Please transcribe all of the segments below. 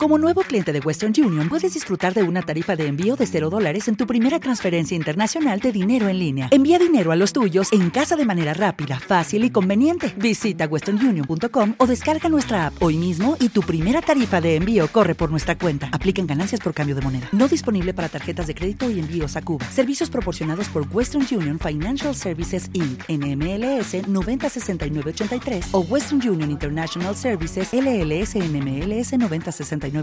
Como nuevo cliente de Western Union, puedes disfrutar de una tarifa de envío de $0 en tu primera transferencia internacional de dinero en línea. Envía dinero a los tuyos en casa de manera rápida, fácil y conveniente. Visita westernunion.com o descarga nuestra app hoy mismo y tu primera tarifa de envío corre por nuestra cuenta. Aplican ganancias por cambio de moneda. No disponible para tarjetas de crédito y envíos a Cuba. Servicios proporcionados por Western Union Financial Services Inc. NMLS 906983 o Western Union International Services LLS NMLS 906985.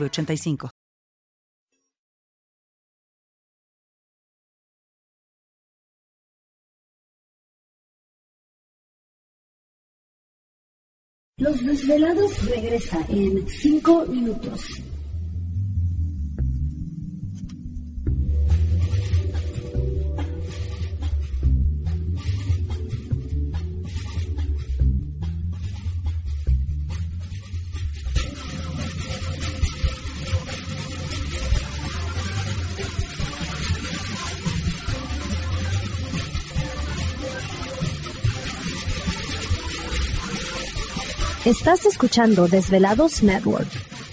Los Desvelados regresa en 5 minutos. Estás escuchando Desvelados Network.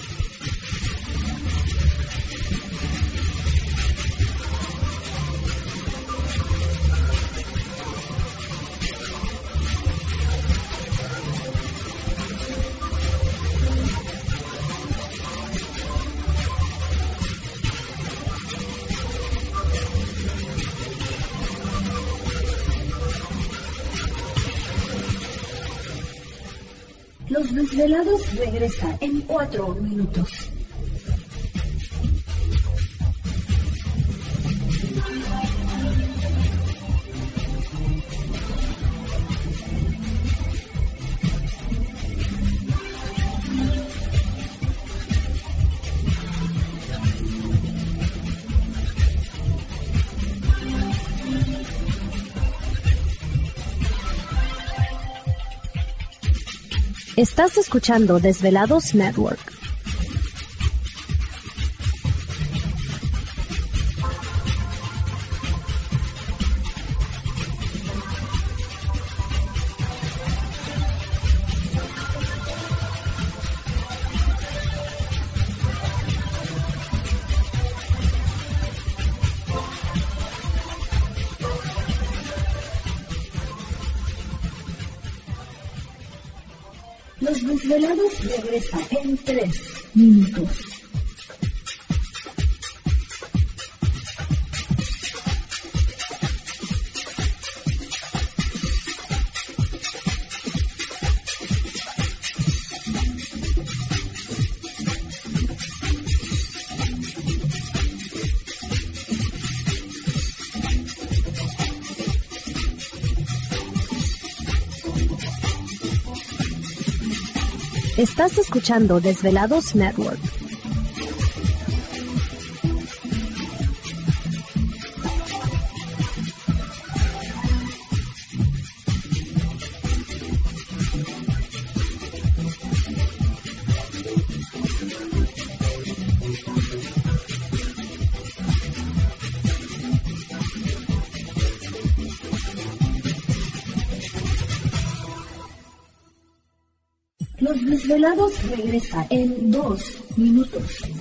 Los Desvelados regresa en 4 minutos. Estás escuchando Desvelados Network. Los Desvelados regresa en 3 minutos. Estás escuchando Desvelados Network. Los Desvelados regresa en 2 minutos.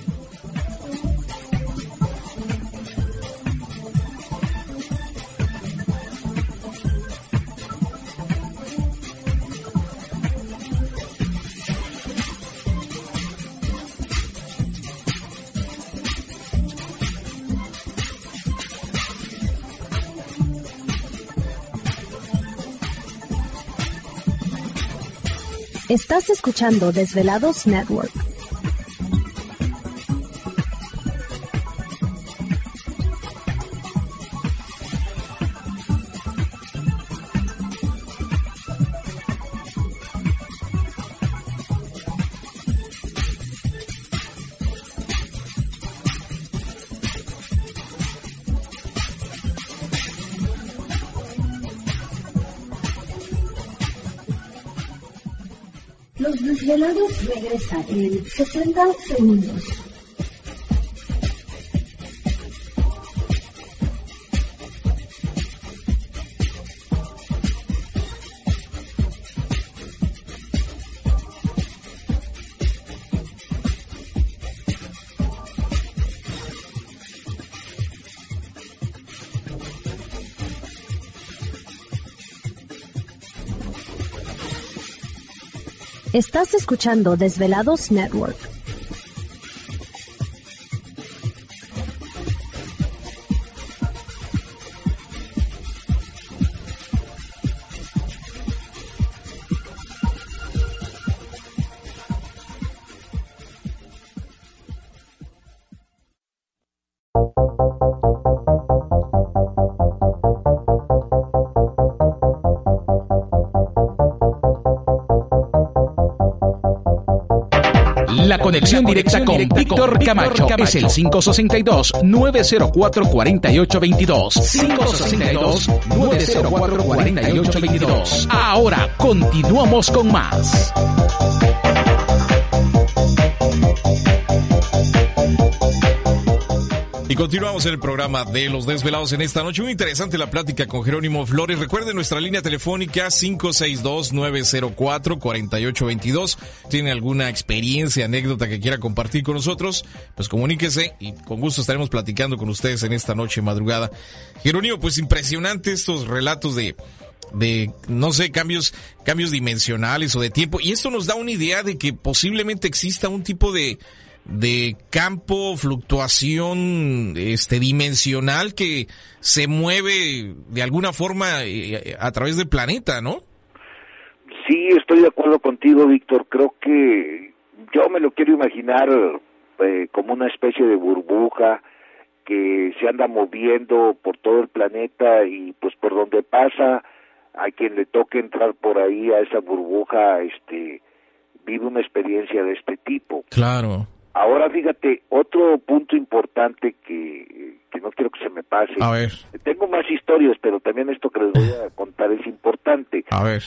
Estás escuchando Desvelados Network. Los Desvelados regresa en 60 segundos. Estás escuchando Desvelados Network. La conexión directa con Víctor Camacho es el 562-904-4822. 562-904-4822. Ahora continuamos con más. Y continuamos en el programa de Los Desvelados en esta noche. Muy interesante la plática con Jerónimo Flores. Recuerden nuestra línea telefónica 562-904-4822. ¿Tiene alguna experiencia, anécdota que quiera compartir con nosotros? Pues comuníquese y con gusto estaremos platicando con ustedes en esta noche madrugada. Jerónimo, pues impresionante estos relatos de no sé, cambios dimensionales o de tiempo. Y esto nos da una idea de que posiblemente exista un tipo de campo, fluctuación dimensional que se mueve de alguna forma a través del planeta, ¿no? Sí, estoy de acuerdo contigo, Víctor. Creo que yo me lo quiero imaginar como una especie de burbuja que se anda moviendo por todo el planeta y pues por donde pasa, a quien le toque entrar por ahí a esa burbuja, vive una experiencia de este tipo. Claro. Ahora, fíjate, otro punto importante que no quiero que se me pase. A ver. Tengo más historias, pero también esto que les voy a contar es importante. A ver.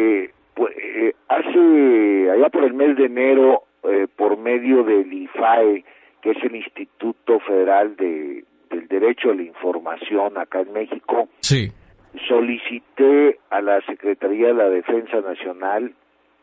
Allá por el mes de enero, por medio del IFAE, que es el Instituto Federal del Derecho a la Información acá en México, sí, solicité a la Secretaría de la Defensa Nacional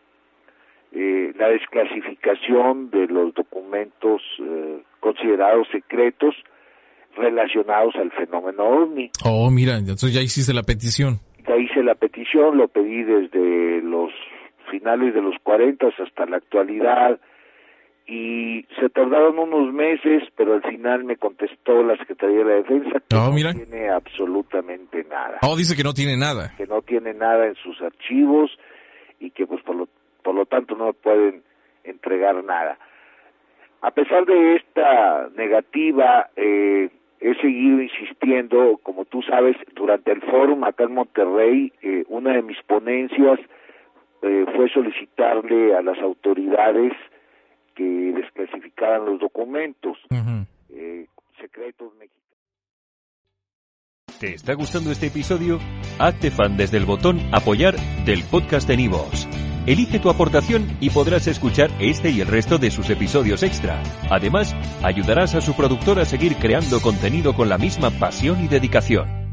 la desclasificación de los documentos considerados secretos relacionados al fenómeno OVNI. Oh, mira, entonces ya hiciste la petición. Ya hice la petición, lo pedí desde los finales de los 40 hasta la actualidad, y se tardaron unos meses, pero al final me contestó la Secretaría de la Defensa que no tiene absolutamente nada. Oh, dice que no tiene nada. Que no tiene nada en sus archivos y que pues por lo tanto no pueden entregar nada. A pesar de esta negativa, he seguido insistiendo. Como tú sabes, durante el fórum acá en Monterrey, una de mis ponencias fue solicitarle a las autoridades que desclasificaran los documentos secretos mexicanos. ¿Te está gustando este episodio? Hazte fan desde el botón Apoyar del podcast de Nivos. Elige tu aportación y podrás escuchar este y el resto de sus episodios extra. Además, ayudarás a su productor a seguir creando contenido con la misma pasión y dedicación.